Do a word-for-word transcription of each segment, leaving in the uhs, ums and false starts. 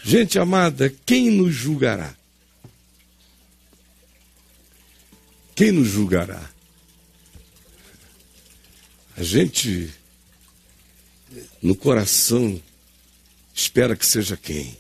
Gente amada, quem nos julgará? Quem nos julgará? A gente, no coração, espera que seja quem?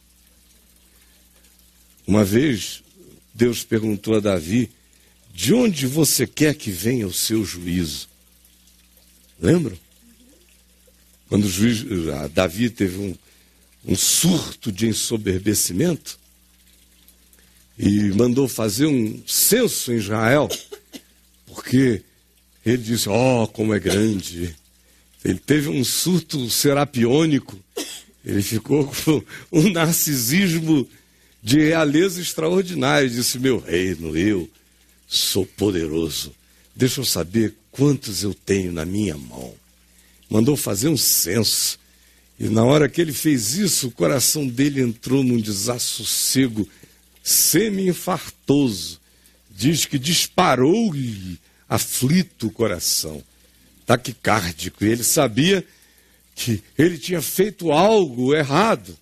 Uma vez, Deus perguntou a Davi, de onde você quer que venha o seu juízo? Lembram? Quando o juiz, a Davi teve um, um surto de ensoberbecimento e mandou fazer um censo em Israel, porque ele disse, ó, como é grande. Ele teve um surto serapiônico, ele ficou com um narcisismo de realeza extraordinária. Disse, meu reino, eu sou poderoso. Deixa eu saber quantos eu tenho na minha mão. Mandou fazer um censo. E na hora que ele fez isso, o coração dele entrou num desassossego semi-infartoso. Diz que disparou-lhe aflito o coração, taquicárdico. E ele sabia que ele tinha feito algo errado.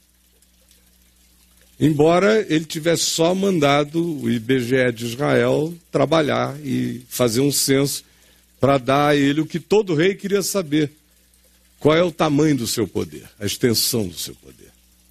Embora ele tivesse só mandado o I B G E de Israel trabalhar e fazer um censo para dar a ele o que todo rei queria saber. Qual é o tamanho do seu poder, a extensão do seu poder.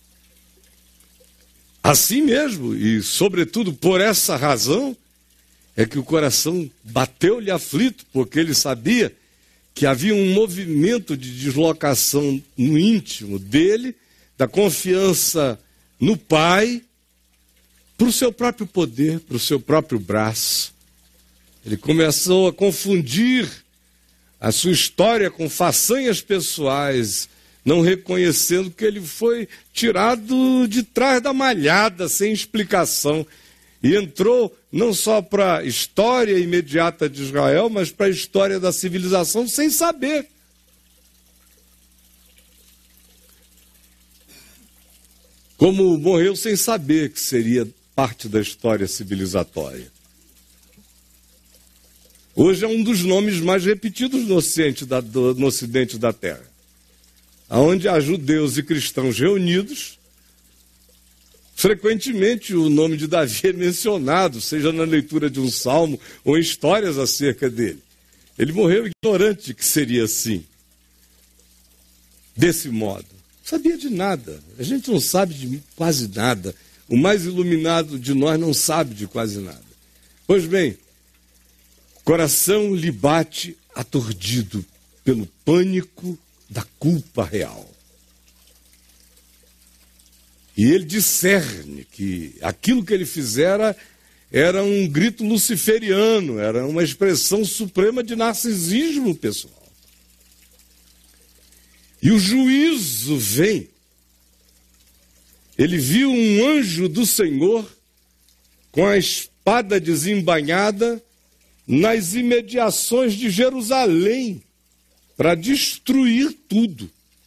Assim mesmo, e sobretudo por essa razão, é que o coração bateu-lhe aflito, porque ele sabia que havia um movimento de deslocação no íntimo dele, da confiança no Pai, para o seu próprio poder, para o seu próprio braço. Ele começou a confundir a sua história com façanhas pessoais, não reconhecendo que ele foi tirado de trás da malhada, sem explicação. E entrou não só para a história imediata de Israel, mas para a história da civilização sem saber. Como morreu sem saber que seria parte da história civilizatória. Hoje é um dos nomes mais repetidos no ocidente da, do, no ocidente da Terra. Onde há judeus e cristãos reunidos, frequentemente o nome de Davi é mencionado, seja na leitura de um salmo ou em histórias acerca dele. Ele morreu ignorante de que seria assim, desse modo. Não sabia de nada. A gente não sabe de quase nada. O mais iluminado de nós não sabe de quase nada. Pois bem, coração lhe bate aturdido pelo pânico da culpa real. E ele discerne que aquilo que ele fizera era um grito luciferiano, era uma expressão suprema de narcisismo pessoal. E o juízo vem. Ele viu um anjo do Senhor com a espada desembainhada nas imediações de Jerusalém para destruir tudo.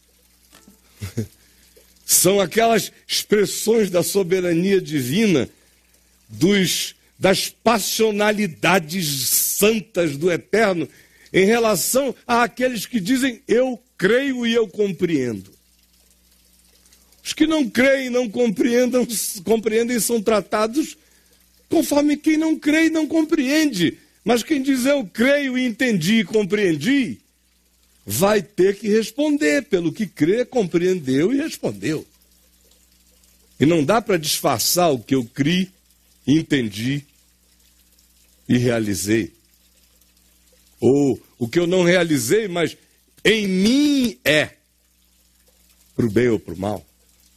São aquelas expressões da soberania divina, dos, das passionalidades santas do Eterno em relação àqueles que dizem eu creio e eu compreendo. Os que não creem e não compreendam, compreendem são tratados conforme quem não crê e não compreende. Mas quem diz eu creio e entendi e compreendi, vai ter que responder pelo que crê, compreendeu e respondeu. E não dá para disfarçar o que eu criei, entendi e realizei. Ou o que eu não realizei, mas em mim é, para o bem ou para o mal.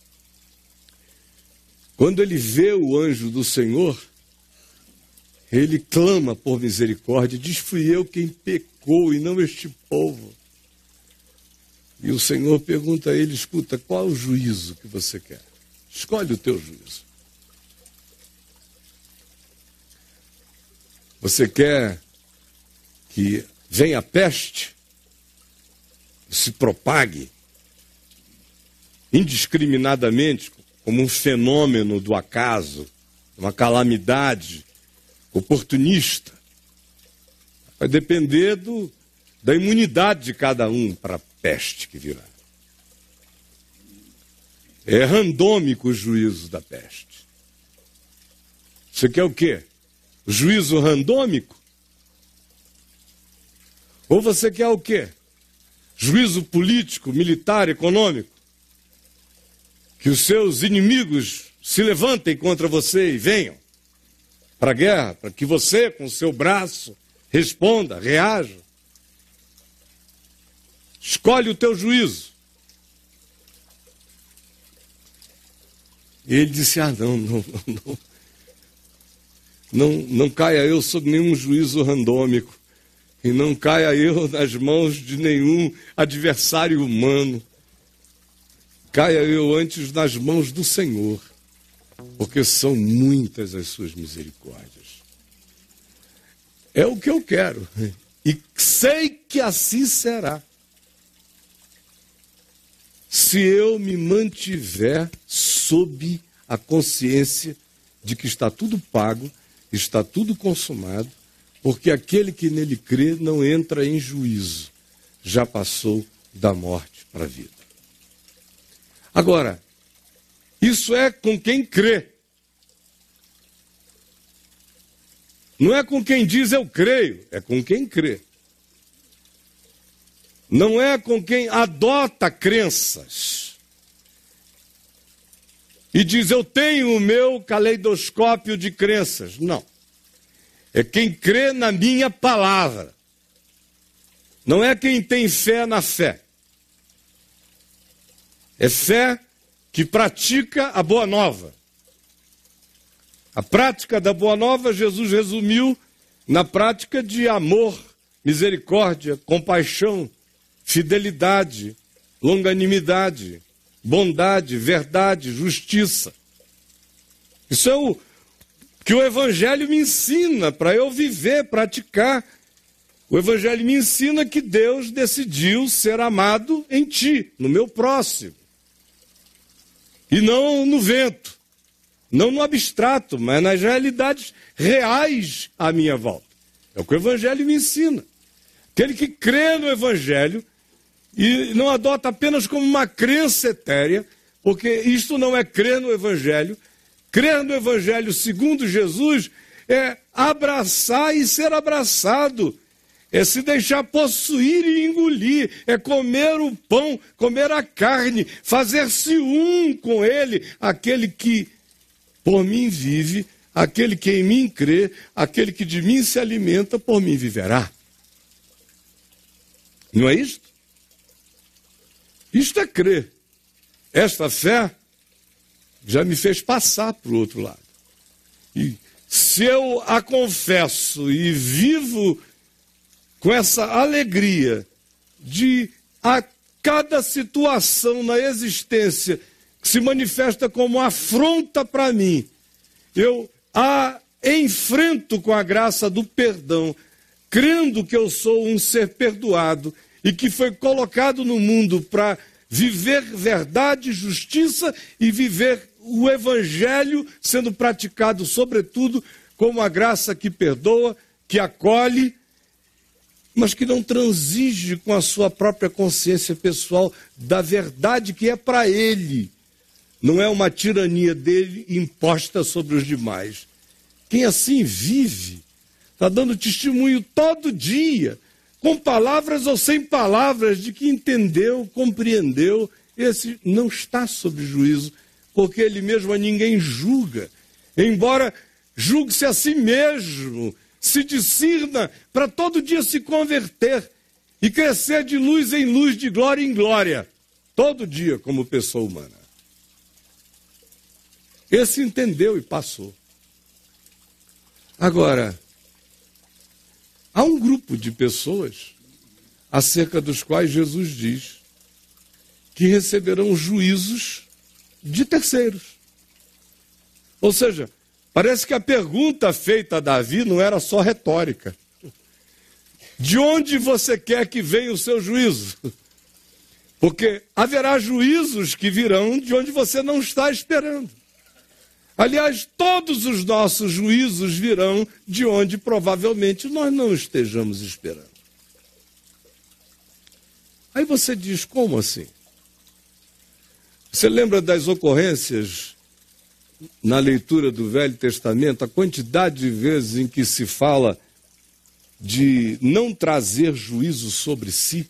Quando ele vê o anjo do Senhor, ele clama por misericórdia, diz, fui eu quem pecou e não este povo. E o Senhor pergunta a ele, escuta, qual é o juízo que você quer? Escolhe o teu juízo. Você quer que venha a peste, se propague indiscriminadamente, como um fenômeno do acaso, uma calamidade oportunista? Vai depender do, da imunidade de cada um para a peste que virá. É randômico o juízo da peste. Você quer o quê? O juízo randômico? Ou você quer o quê? Juízo político, militar, econômico? Que os seus inimigos se levantem contra você e venham para a guerra, para que você, com o seu braço, responda, reaja. Escolhe o teu juízo. E ele disse, ah, não, não, não, não. Não, não caia eu sob nenhum juízo randômico. E não caia eu nas mãos de nenhum adversário humano. Caia eu antes nas mãos do Senhor, porque são muitas as suas misericórdias. É o que eu quero, e sei que assim será, se eu me mantiver sob a consciência de que está tudo pago, está tudo consumado, porque aquele que nele crê não entra em juízo, já passou da morte para a vida. Agora, isso é com quem crê. Não é com quem diz eu creio, é com quem crê. Não é com quem adota crenças e diz eu tenho o meu caleidoscópio de crenças. Não. É quem crê na minha palavra. Não é quem tem fé na fé. É fé que pratica a boa nova. A prática da boa nova, Jesus resumiu na prática de amor, misericórdia, compaixão, fidelidade, longanimidade, bondade, verdade, justiça. Isso é o que o Evangelho me ensina para eu viver, praticar. O Evangelho me ensina que Deus decidiu ser amado em ti, no meu próximo. E não no vento, não no abstrato, mas nas realidades reais à minha volta. É o que o Evangelho me ensina. Aquele que crê no Evangelho e não adota apenas como uma crença etérea, porque isto não é crer no Evangelho. Crer no Evangelho segundo Jesus é abraçar e ser abraçado. É se deixar possuir e engolir, é comer o pão, comer a carne, fazer-se um com ele, aquele que por mim vive, aquele que em mim crê, aquele que de mim se alimenta, por mim viverá. Não é isto? Isto é crer. Esta fé já me fez passar para o outro lado. E se eu a confesso e vivo com essa alegria de a cada situação na existência que se manifesta como afronta para mim, eu a enfrento com a graça do perdão, crendo que eu sou um ser perdoado e que foi colocado no mundo para viver verdade, justiça e viver o Evangelho sendo praticado, sobretudo, como a graça que perdoa, que acolhe, mas que não transige com a sua própria consciência pessoal da verdade que é para ele. Não é uma tirania dele imposta sobre os demais. Quem assim vive, está dando testemunho todo dia, com palavras ou sem palavras, de que entendeu, compreendeu, esse não está sob juízo, porque ele mesmo a ninguém julga, embora julgue-se a si mesmo, se discirna para todo dia se converter e crescer de luz em luz, de glória em glória, todo dia como pessoa humana. Esse entendeu e passou. Agora, há um grupo de pessoas acerca dos quais Jesus diz que receberão juízos de terceiros. Ou seja, parece que a pergunta feita a Davi não era só retórica. De onde você quer que venha o seu juízo? Porque haverá juízos que virão de onde você não está esperando. Aliás, todos os nossos juízos virão de onde provavelmente nós não estejamos esperando. Aí você diz, como assim? Você lembra das ocorrências na leitura do Velho Testamento, a quantidade de vezes em que se fala de não trazer juízo sobre si?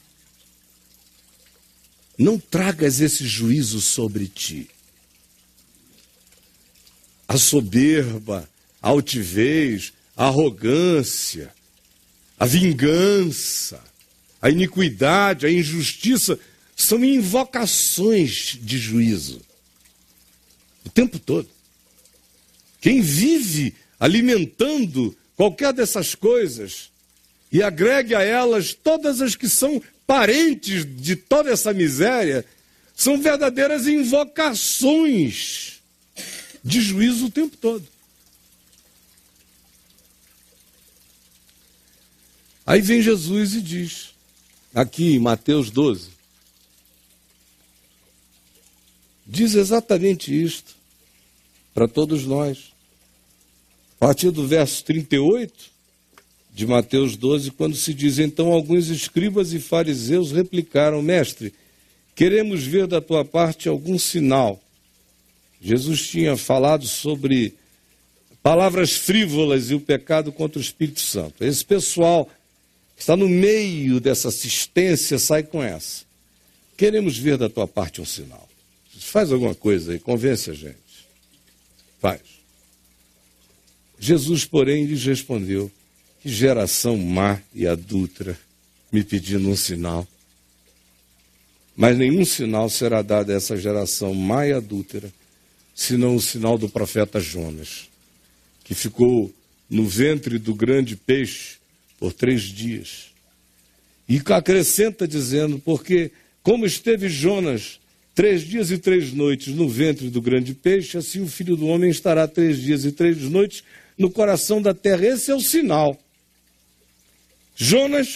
Não tragas esse juízo sobre ti. A soberba, a altivez, a arrogância, a vingança, a iniquidade, a injustiça, são invocações de juízo. O tempo todo. Quem vive alimentando qualquer dessas coisas e agregue a elas todas as que são parentes de toda essa miséria, são verdadeiras invocações de juízo o tempo todo. Aí vem Jesus e diz, aqui em Mateus doze, diz exatamente isto para todos nós. A partir do verso trinta e oito de Mateus doze, quando se diz, então alguns escribas e fariseus replicaram, mestre, queremos ver da tua parte algum sinal. Jesus tinha falado sobre palavras frívolas e o pecado contra o Espírito Santo. Esse pessoal que está no meio dessa assistência sai com essa. Queremos ver da tua parte um sinal. Faz alguma coisa aí, convence a gente. Faz. Jesus, porém, lhes respondeu, que geração má e adúltera, me pedindo um sinal. Mas nenhum sinal será dado a essa geração má e adúltera, senão o sinal do profeta Jonas, que ficou no ventre do grande peixe por três dias. E acrescenta dizendo, porque como esteve Jonas três dias e três noites no ventre do grande peixe, assim o Filho do Homem estará três dias e três noites no coração da terra. Esse é o sinal. Jonas,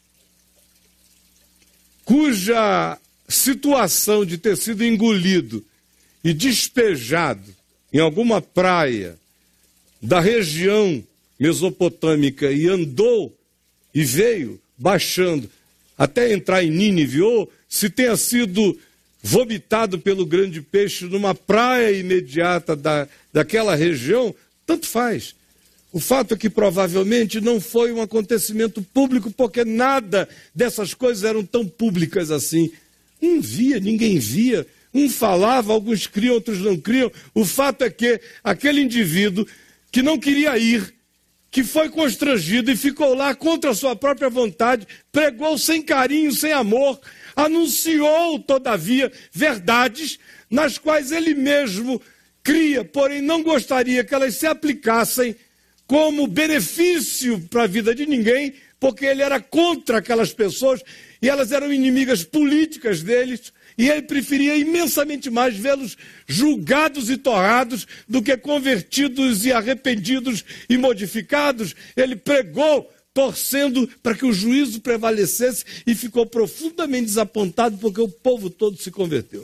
cuja situação de ter sido engolido e despejado em alguma praia da região mesopotâmica e andou e veio baixando até entrar em Nínive, ou se tenha sido vomitado pelo grande peixe numa praia imediata da, daquela região, tanto faz. O fato é que provavelmente não foi um acontecimento público, porque nada dessas coisas eram tão públicas assim. Um via, ninguém via. Um falava, alguns criam, outros não criam. O fato é que aquele indivíduo que não queria ir, que foi constrangido e ficou lá contra a sua própria vontade, pregou sem carinho, sem amor, anunciou, todavia, verdades nas quais ele mesmo cria, porém não gostaria que elas se aplicassem como benefício para a vida de ninguém, porque ele era contra aquelas pessoas e elas eram inimigas políticas deles, e ele preferia imensamente mais vê-los julgados e torrados do que convertidos e arrependidos e modificados. Ele pregou torcendo para que o juízo prevalecesse e ficou profundamente desapontado porque o povo todo se converteu.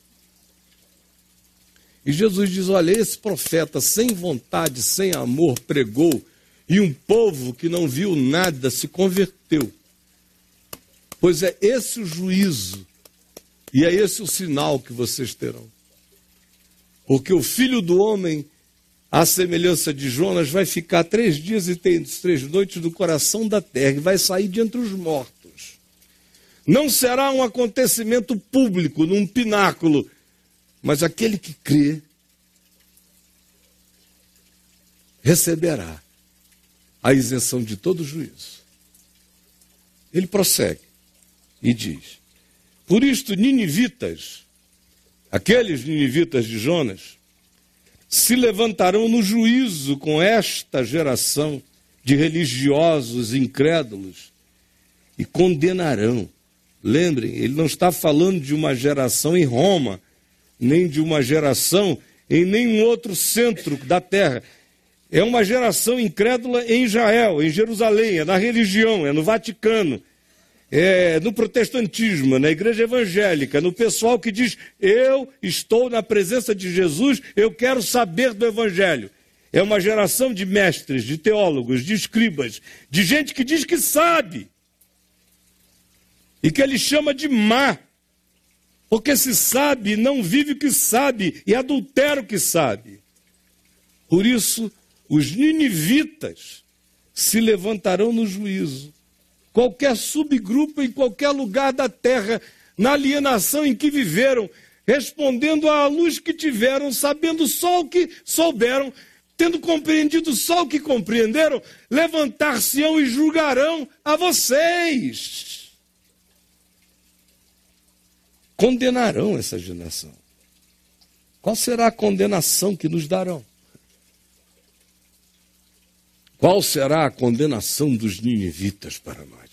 E Jesus diz, olha, esse profeta sem vontade, sem amor, pregou, e um povo que não viu nada se converteu. Pois é esse o juízo, e é esse o sinal que vocês terão. Porque o Filho do Homem, à semelhança de Jonas, vai ficar três dias e três noites no coração da terra, e vai sair de entre os mortos. Não será um acontecimento público, num pináculo, mas aquele que crê receberá a isenção de todo juízo. Ele prossegue e diz, por isto ninivitas, aqueles ninivitas de Jonas, se levantarão no juízo com esta geração de religiosos incrédulos e condenarão. Lembrem, ele não está falando de uma geração em Roma, nem de uma geração em nenhum outro centro da terra. É uma geração incrédula em Israel, em Jerusalém, é na religião, é no Vaticano, é no protestantismo, na igreja evangélica, no pessoal que diz, eu estou na presença de Jesus, eu quero saber do evangelho. É uma geração de mestres, de teólogos, de escribas, de gente que diz que sabe, e que ele chama de má. Porque se sabe, não vive o que sabe, e adultera o que sabe. Por isso, os ninivitas se levantarão no juízo. Qualquer subgrupo em qualquer lugar da terra, na alienação em que viveram, respondendo à luz que tiveram, sabendo só o que souberam, tendo compreendido só o que compreenderam, levantar-se-ão e julgarão a vocês. Condenarão essa geração. Qual será a condenação que nos darão? Qual será a condenação dos ninivitas para nós?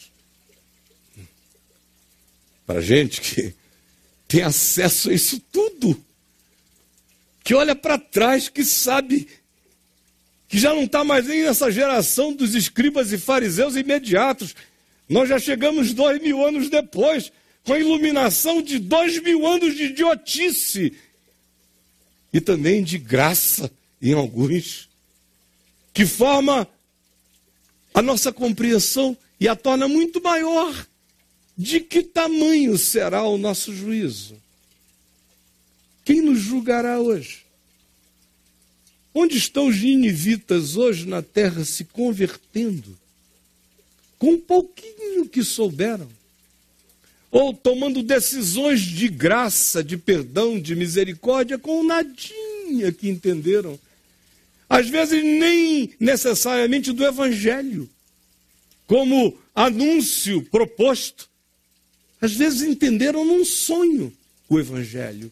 Para gente que tem acesso a isso tudo, que olha para trás, que sabe que já não está mais nem nessa geração dos escribas e fariseus imediatos. Nós já chegamos dois mil anos depois, com a iluminação de dois mil anos de idiotice e também de graça em alguns, que forma a nossa compreensão e a torna muito maior. De que tamanho será o nosso juízo? Quem nos julgará hoje? Onde estão os ninivitas hoje na terra se convertendo? Com um pouquinho que souberam. Ou tomando decisões de graça, de perdão, de misericórdia, com nadinha que entenderam. Às vezes nem necessariamente do evangelho, como anúncio proposto. Às vezes entenderam num sonho o evangelho.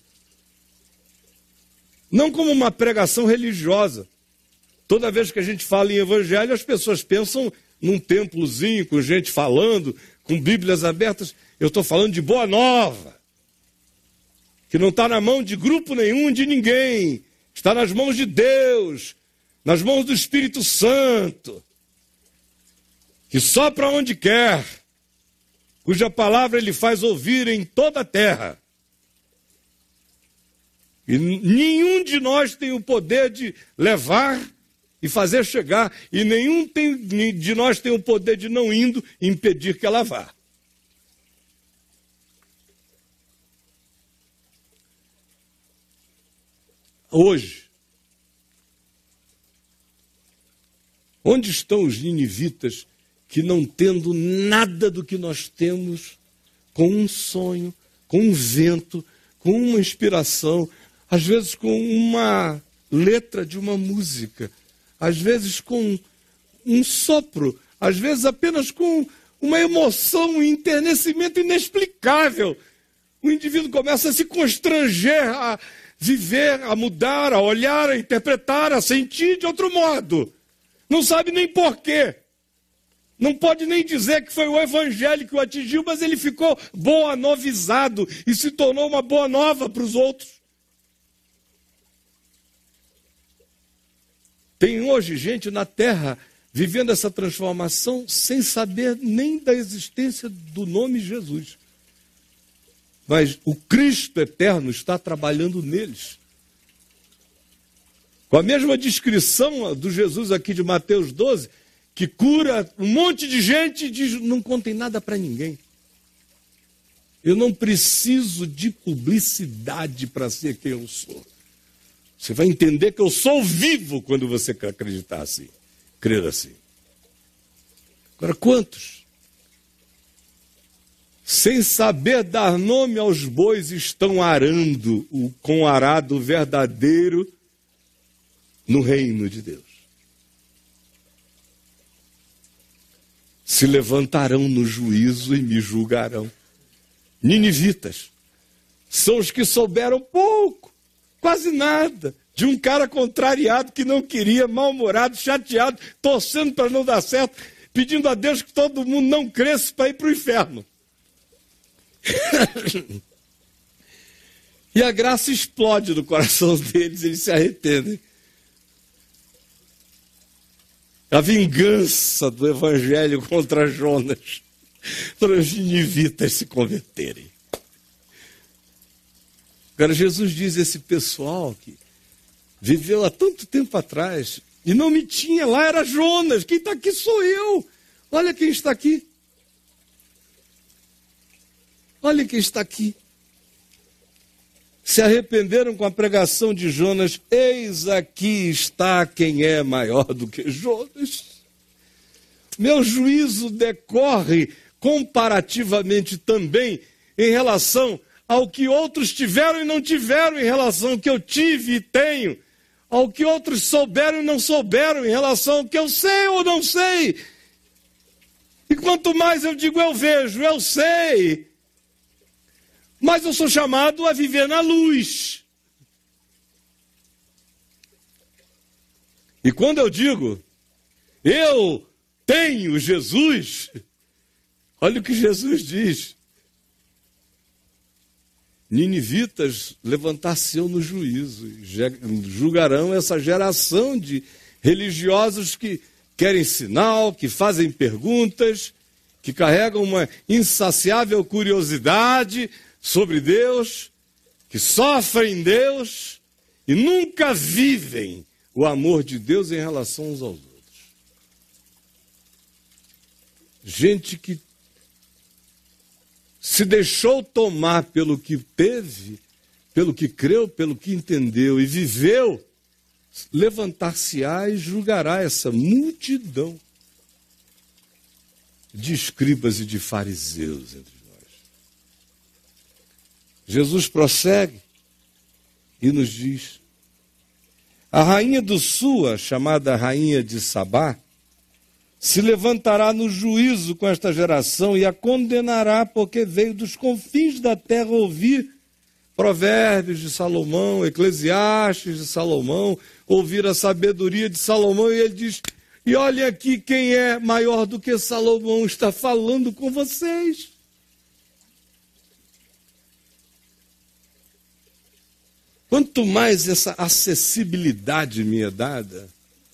Não como uma pregação religiosa. Toda vez que a gente fala em evangelho, as pessoas pensam num templozinho, com gente falando, com bíblias abertas. Eu estou falando de boa nova, que não está na mão de grupo nenhum, de ninguém. Está nas mãos de Deus, nas mãos do Espírito Santo, que sopra onde quer, cuja palavra ele faz ouvir em toda a terra. E nenhum de nós tem o poder de levar e fazer chegar, e nenhum tem, de nós tem o poder de, não indo, impedir que ela vá. Hoje, onde estão os ninivitas que, não tendo nada do que nós temos, com um sonho, com um vento, com uma inspiração, às vezes com uma letra de uma música, às vezes com um sopro, às vezes apenas com uma emoção, um enternecimento inexplicável, o indivíduo começa a se constranger, a viver, a mudar, a olhar, a interpretar, a sentir de outro modo. Não sabe nem porquê. Não pode nem dizer que foi o evangelho que o atingiu, mas ele ficou boa novizado e se tornou uma boa nova para os outros. Tem hoje gente na terra vivendo essa transformação sem saber nem da existência do nome Jesus. Mas o Cristo eterno está trabalhando neles. Com a mesma descrição do Jesus aqui de Mateus doze, que cura um monte de gente e diz, não contem nada para ninguém. Eu não preciso de publicidade para ser quem eu sou. Você vai entender que eu sou vivo quando você acreditar assim, crer assim. Agora, quantos, sem saber dar nome aos bois, estão arando o, com arado verdadeiro no reino de Deus? Se levantarão no juízo e me julgarão. Ninivitas são os que souberam pouco, quase nada, de um cara contrariado que não queria, mal-humorado, chateado, torcendo para não dar certo, pedindo a Deus que todo mundo não cresça para ir para o inferno. E a graça explode no coração deles, eles se arrependem. A vingança do evangelho contra Jonas, para os ninivitas se converterem. Agora, Jesus diz a esse pessoal que viveu há tanto tempo atrás e não me tinha lá, era Jonas. Quem está aqui sou eu. Olha quem está aqui. Olha quem está aqui. se arrependeram com a pregação de Jonas, eis aqui está quem é maior do que Jonas. Meu juízo decorre comparativamente também em relação ao que outros tiveram e não tiveram, em relação ao que eu tive e tenho, ao que outros souberam e não souberam, em relação ao que eu sei ou não sei. E quanto mais eu digo eu vejo, eu sei, mas eu sou chamado a viver na luz. E quando eu digo, eu tenho Jesus, olha o que Jesus diz. Ninivitas levantar-se-ão no juízo, julgarão essa geração de religiosos que querem sinal, que fazem perguntas, que carregam uma insaciável curiosidade sobre Deus, que sofrem Deus e nunca vivem o amor de Deus em relação uns aos outros. Gente que se deixou tomar pelo que teve, pelo que creu, pelo que entendeu e viveu, levantar-se-á e julgará essa multidão de escribas e de fariseus entre nós. Jesus prossegue e nos diz: a rainha do sul, a chamada rainha de Sabá, se levantará no juízo com esta geração e a condenará, porque veio dos confins da terra ouvir Provérbios de Salomão, Eclesiastes de Salomão, ouvir a sabedoria de Salomão, e ele diz: e olha aqui quem é maior do que Salomão, está falando com vocês. Quanto mais essa acessibilidade me é dada,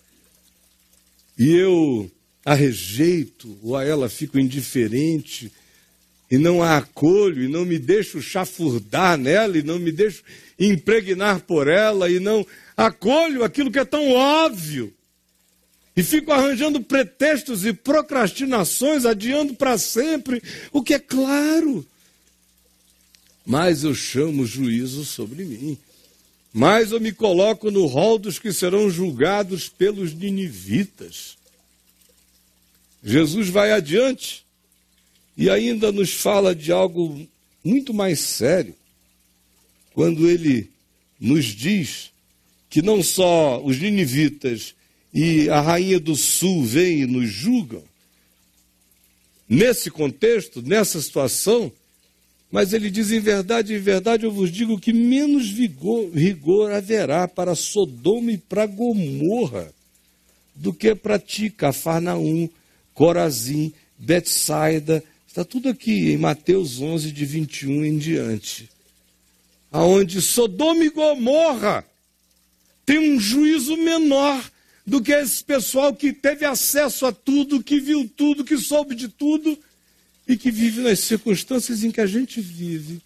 e eu a rejeito, ou a ela fico indiferente, e não a acolho, e não me deixo chafurdar nela, e não me deixo impregnar por ela, e não acolho aquilo que é tão óbvio, e fico arranjando pretextos e procrastinações, adiando para sempre o que é claro. Mas eu chamo juízo sobre mim, mas eu me coloco no rol dos que serão julgados pelos ninivitas. Jesus vai adiante e ainda nos fala de algo muito mais sério, quando ele nos diz que não só os ninivitas e a rainha do sul vêm e nos julgam, nesse contexto, nessa situação, mas ele diz: em verdade, em verdade eu vos digo que menos vigor, rigor haverá para Sodoma e para Gomorra do que para ti, Cafarnaum, Corazim, Betsaida. Está tudo aqui em Mateus onze, de vinte e um em diante. Aonde Sodoma e Gomorra tem um juízo menor do que esse pessoal que teve acesso a tudo, que viu tudo, que soube de tudo e que vive nas circunstâncias em que a gente vive.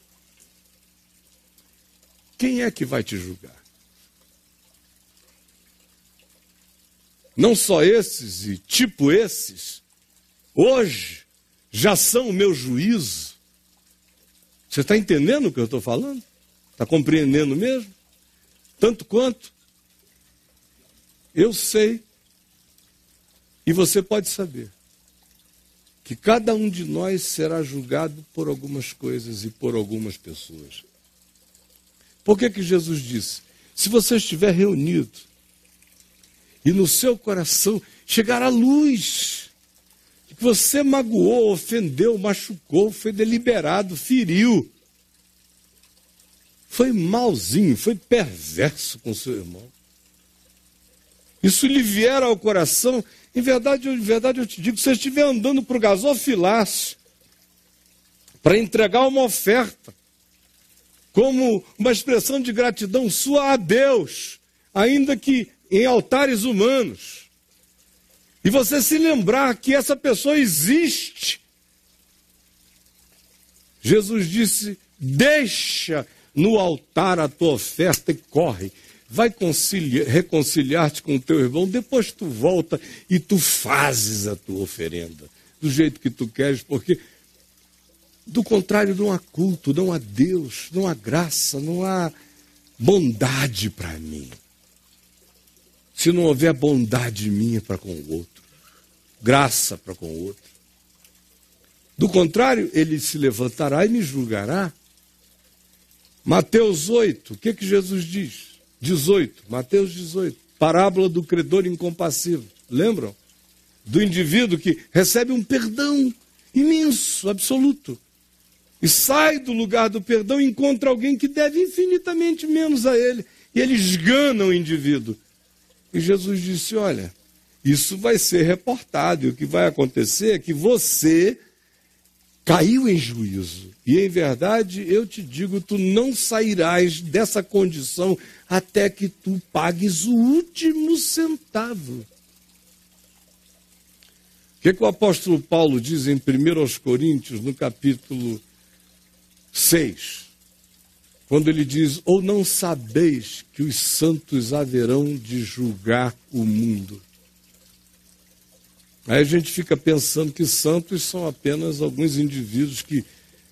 Quem é que vai te julgar? Não só esses e tipo esses, hoje já são o meu juízo. Você está entendendo o que eu estou falando? Está compreendendo mesmo? Tanto quanto eu sei, e você pode saber, que cada um de nós será julgado por algumas coisas e por algumas pessoas. Por que que Jesus disse? Se você estiver reunido e no seu coração chegar a luz, que você magoou, ofendeu, machucou, foi deliberado, feriu, foi malzinho, foi perverso com seu irmão, isso lhe vier ao coração, em verdade, em verdade eu te digo, se você estiver andando para o gasofilácio para entregar uma oferta, como uma expressão de gratidão sua a Deus, ainda que em altares humanos, e você se lembrar que essa pessoa existe, Jesus disse: deixa no altar a tua oferta e corre. Vai reconciliar-te com o teu irmão, depois tu volta e tu fazes a tua oferenda, do jeito que tu queres, porque Do contrário, não há culto, não há Deus, não há graça, não há bondade para mim. Se não houver bondade minha para com o outro, graça para com o outro. Do contrário, ele se levantará e me julgará. Mateus oito, o que que Jesus diz? dezoito, Mateus dezoito, parábola do credor incompassivo. Lembram? Do indivíduo que recebe um perdão imenso, absoluto, e sai do lugar do perdão e encontra alguém que deve infinitamente menos a ele, e ele esgana o indivíduo. E Jesus disse, olha, isso vai ser reportado, e o que vai acontecer é que você caiu em juízo, e em verdade eu te digo, tu não sairás dessa condição até que tu pagues o último centavo. O que, que o apóstolo Paulo diz em primeira aos Coríntios, no capítulo seis, quando ele diz, ou não sabeis que os santos haverão de julgar o mundo? Aí a gente fica pensando que santos são apenas alguns indivíduos que,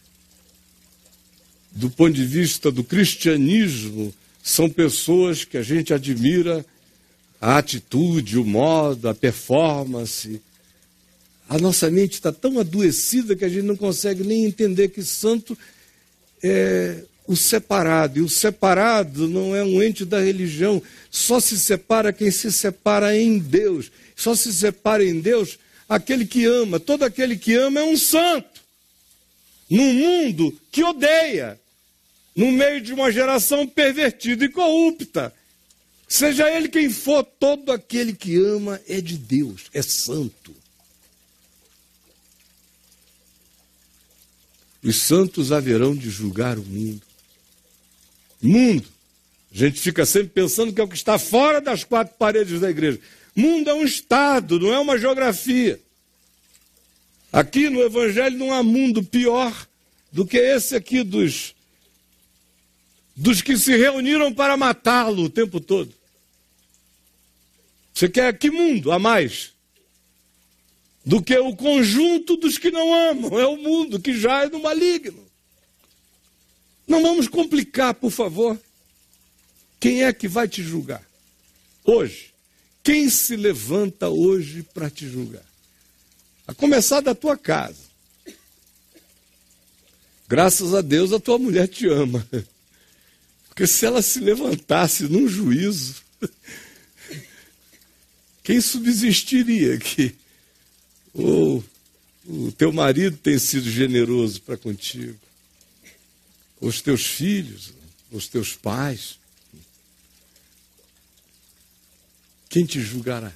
do ponto de vista do cristianismo, são pessoas que a gente admira a atitude, o modo, a performance. A nossa mente está tão adoecida que a gente não consegue nem entender que santo é o separado. E o separado não é um ente da religião. Só se separa quem se separa em Deus. Só se separa em Deus aquele que ama. Todo aquele que ama é um santo. Num mundo que odeia. No meio de uma geração pervertida e corrupta. Seja ele quem for, todo aquele que ama é de Deus, é santo. Os santos haverão de julgar o mundo. Mundo. A gente fica sempre pensando que é o que está fora das quatro paredes da igreja. Mundo é um estado, não é uma geografia. Aqui no Evangelho não há mundo pior do que esse aqui dos, dos que se reuniram para matá-lo o tempo todo. Você quer que mundo a mais do que o conjunto dos que não amam? É o mundo que já é no maligno. Não vamos complicar, por favor. Quem é que vai te julgar? Hoje. Quem se levanta hoje para te julgar? A começar da tua casa. Graças a Deus a tua mulher te ama. Porque se ela se levantasse num juízo, quem subsistiria aqui? Ou o teu marido tem sido generoso para contigo? Ou os teus filhos? Ou os teus pais? Quem te julgará?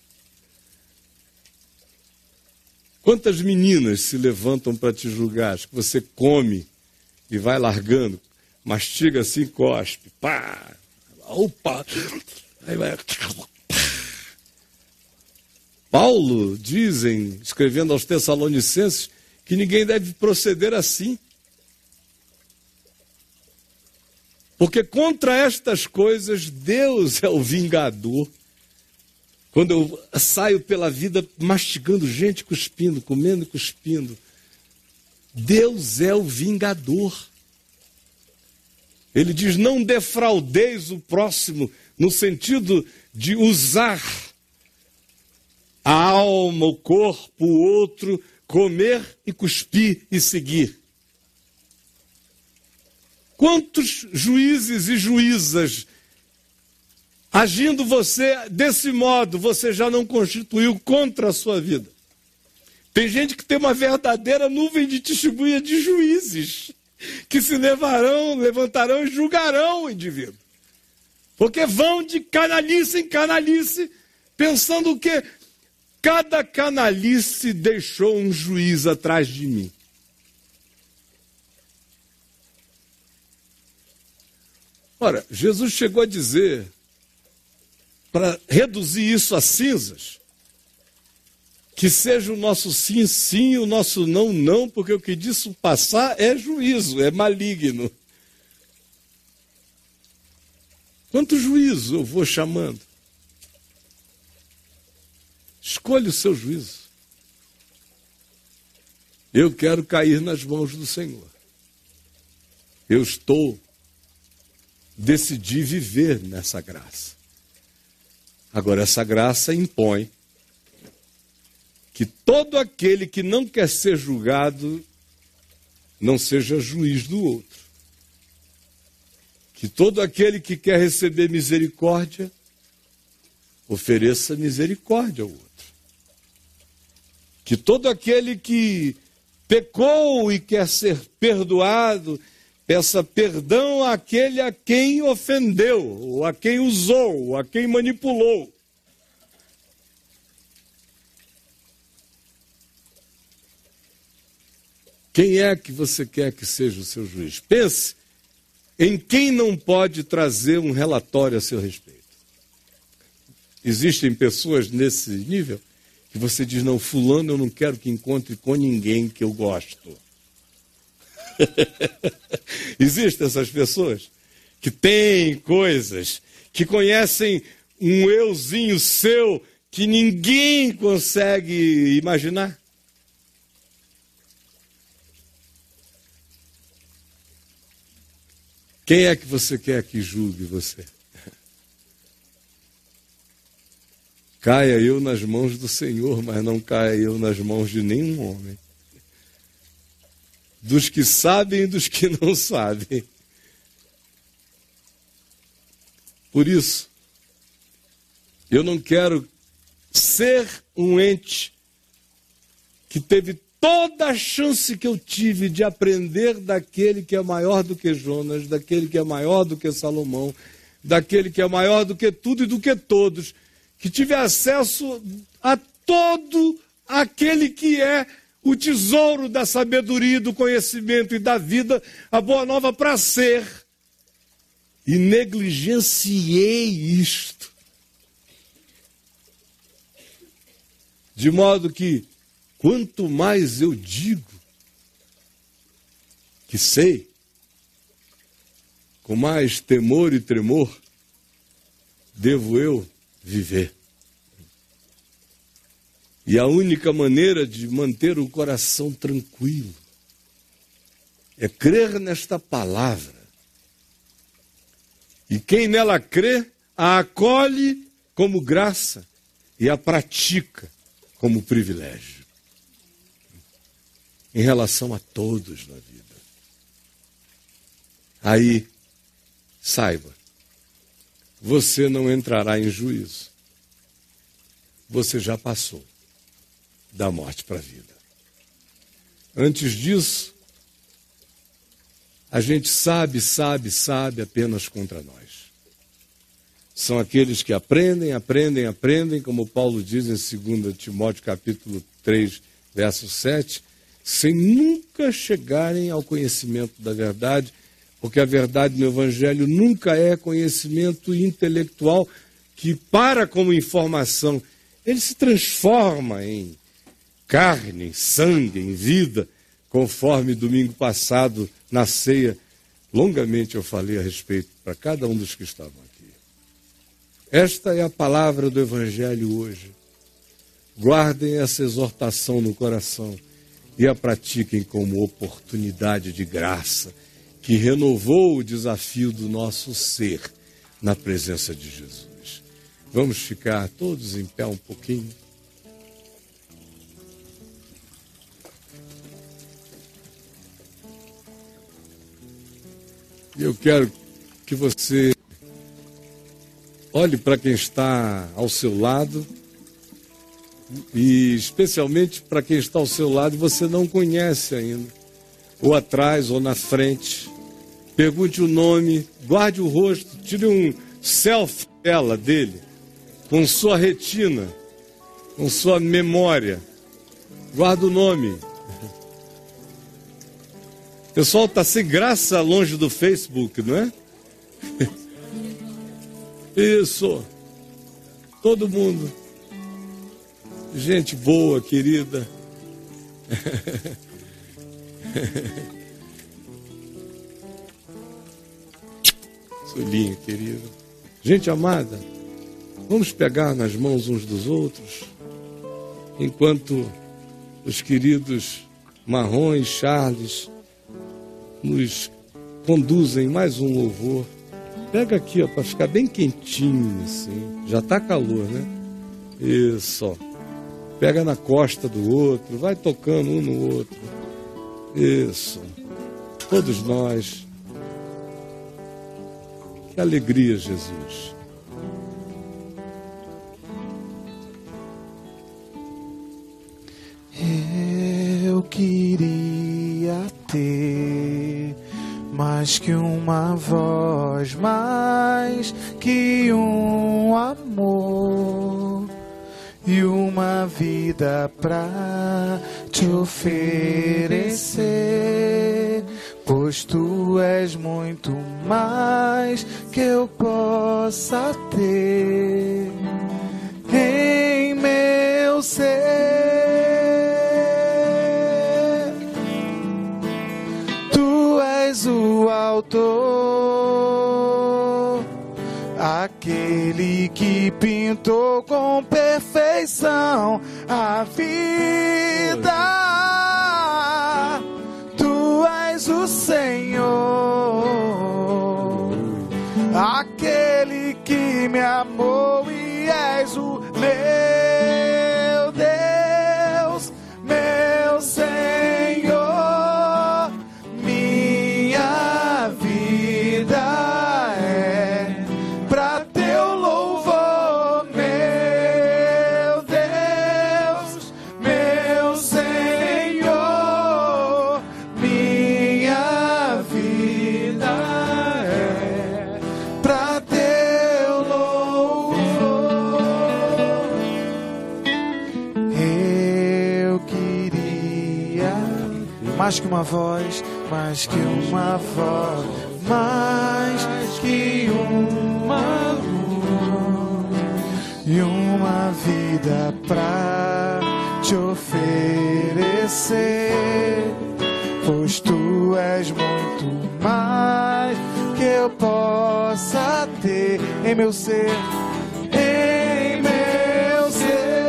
Quantas meninas se levantam para te julgar? Acho que você come e vai largando, mastiga assim, cospe, pá, opa, aí vai. Paulo, dizem, escrevendo aos Tessalonicenses, que ninguém deve proceder assim. Porque contra estas coisas, Deus é o vingador. Quando eu saio pela vida mastigando gente, cuspindo, comendo e cuspindo, Deus é o vingador. Ele diz, não defraudeis o próximo, no sentido de usar a alma, o corpo, o outro, comer e cuspir e seguir. Quantos juízes e juízas, agindo você desse modo, você já não constituiu contra a sua vida? Tem gente que tem uma verdadeira nuvem de testemunha de juízes, que se levarão, levantarão e julgarão o indivíduo. Porque vão de canalice em canalice, pensando que cada canalice deixou um juiz atrás de mim. Ora, Jesus chegou a dizer, para reduzir isso a cinzas, que seja o nosso sim, sim, o nosso não, não, porque o que disso passar é juízo, é maligno. Quanto juízo eu vou chamando? Escolha o seu juízo. Eu quero cair nas mãos do Senhor. Eu estou, decidi viver nessa graça. Agora, essa graça impõe que todo aquele que não quer ser julgado não seja juiz do outro. Que todo aquele que quer receber misericórdia ofereça misericórdia ao outro. Que todo aquele que pecou e quer ser perdoado, peça perdão àquele a quem ofendeu, ou a quem usou, ou a quem manipulou. Quem é que você quer que seja o seu juiz? Pense em quem não pode trazer um relatório a seu respeito. Existem pessoas nesse nível que você diz, não, fulano eu não quero que encontre com ninguém que eu gosto. Existem essas pessoas que têm coisas, que conhecem um euzinho seu que ninguém consegue imaginar. Quem é que você quer que julgue você? Caia eu nas mãos do Senhor, mas não caia eu nas mãos de nenhum homem. Dos que sabem e dos que não sabem. Por isso, eu não quero ser um ente que teve toda a chance que eu tive de aprender daquele que é maior do que Jonas, daquele que é maior do que Salomão, daquele que é maior do que tudo e do que todos, que tive acesso a todo aquele que é o tesouro da sabedoria, do conhecimento e da vida, a boa nova para ser. E negligenciei isto. De modo que, quanto mais eu digo que sei, com mais temor e tremor, devo eu viver. E a única maneira de manter o coração tranquilo é crer nesta palavra. E quem nela crê, a acolhe como graça e a pratica como privilégio. Em relação a todos na vida. Aí, saiba, você não entrará em juízo. Você já passou da morte para a vida. Antes disso, a gente sabe, sabe, sabe apenas contra nós. São aqueles que aprendem, aprendem, aprendem, como Paulo diz em segundo Timóteo capítulo três, verso sete, sem nunca chegarem ao conhecimento da verdade, porque a verdade no Evangelho nunca é conhecimento intelectual que para como informação. Ele se transforma em carne, em sangue, em vida, conforme domingo passado na ceia, longamente eu falei a respeito para cada um dos que estavam aqui. Esta é a palavra do Evangelho hoje. Guardem essa exortação no coração e a pratiquem como oportunidade de graça que renovou o desafio do nosso ser na presença de Jesus. Vamos ficar todos em pé um pouquinho. E eu quero que você olhe para quem está ao seu lado e especialmente para quem está ao seu lado e você não conhece ainda, ou atrás ou na frente. Pergunte o nome, guarde o rosto, tire um selfie dela, dele, com sua retina, com sua memória. Guarda o nome. O pessoal está sem graça longe do Facebook, não é? Isso. Todo mundo. Gente boa, querida. Solinho, querido. Gente amada, vamos pegar nas mãos uns dos outros, enquanto os queridos Marrom e Charles nos conduzem mais um louvor. Pega aqui, ó, para ficar bem quentinho, assim. Já tá calor, né? Isso, ó. Pega na costa do outro, vai tocando um no outro. Isso. Todos nós. Que alegria, Jesus. Eu queria ter mais que uma voz, mais que um amor e uma vida pra te oferecer, pois tu és muito mais que eu possa ter em meu ser. O autor, aquele que pintou com perfeição a vida. Tu és o Senhor, aquele que me amou e és o meu Deus, meu Senhor. Mais que uma voz, mais que uma voz, mais que uma luz e uma vida pra te oferecer, pois tu és muito mais que eu possa ter em meu ser, em meu ser.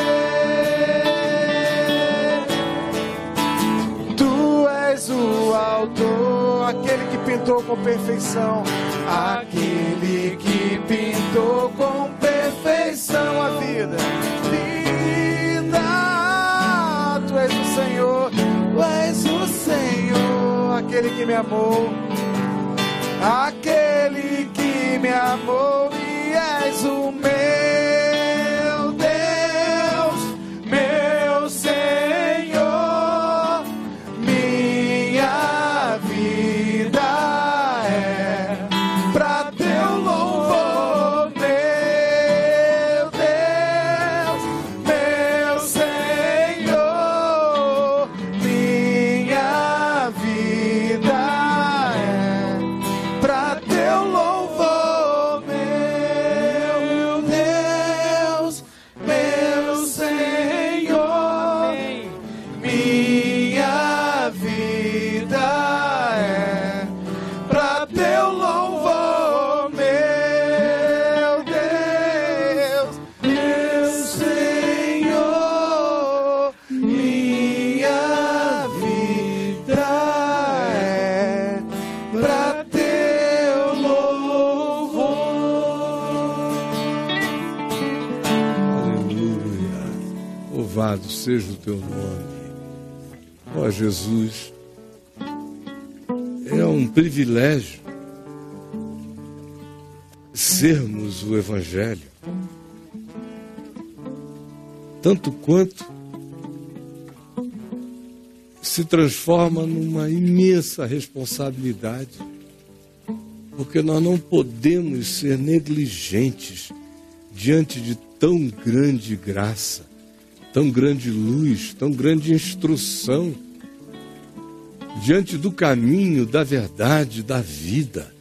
O autor, aquele que pintou com perfeição, aquele que pintou com perfeição a vida. Vida, tu és o Senhor, tu és o Senhor, aquele que me amou, aquele que me amou e és o meu Deus, meu Senhor. Louvado seja o teu nome, ó Jesus. É um privilégio sermos o Evangelho, tanto quanto se transforma numa imensa responsabilidade, porque nós não podemos ser negligentes diante de tão grande graça, tão grande luz, tão grande instrução, diante do caminho, da verdade, da vida,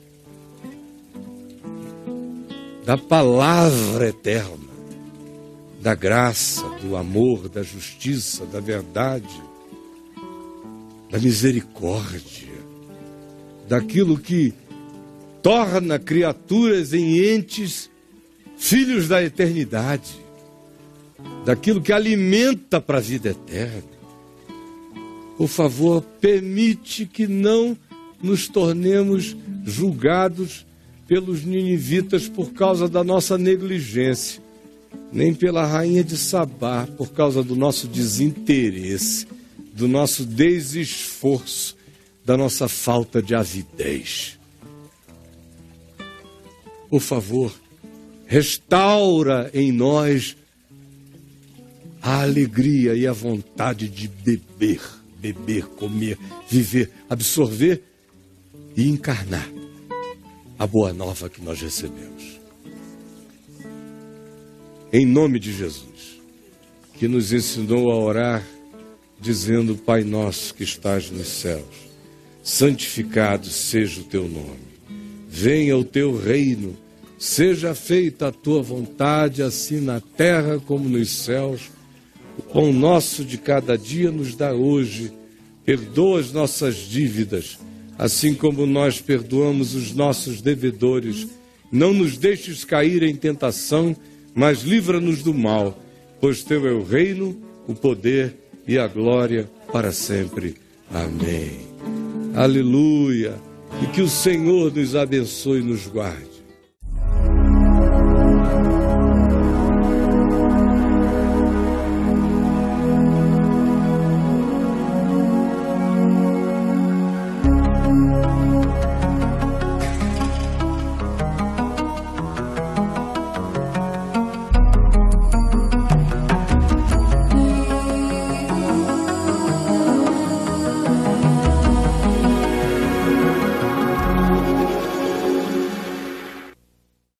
da palavra eterna, da graça, do amor, da justiça, da verdade, da misericórdia, daquilo que torna criaturas em entes filhos da eternidade, daquilo que alimenta para a vida eterna. por favor, permite que não nos tornemos julgados pelos ninivitas por causa da nossa negligência, nem pela rainha de Sabá por causa do nosso desinteresse, do nosso desesforço, da nossa falta de avidez. Por favor, restaura em nós a alegria e a vontade de beber, beber, comer, viver, absorver e encarnar a boa nova que nós recebemos. Em nome de Jesus, que nos ensinou a orar dizendo: Pai nosso que estás nos céus, santificado seja o teu nome. Venha o teu reino, seja feita a tua vontade, assim na terra como nos céus. O pão nosso de cada dia nos dá hoje. Perdoa as nossas dívidas, assim como nós perdoamos os nossos devedores. Não nos deixes cair em tentação, mas livra-nos do mal, pois teu é o reino, o poder e a glória para sempre. Amém. Aleluia. E que o Senhor nos abençoe e nos guarde.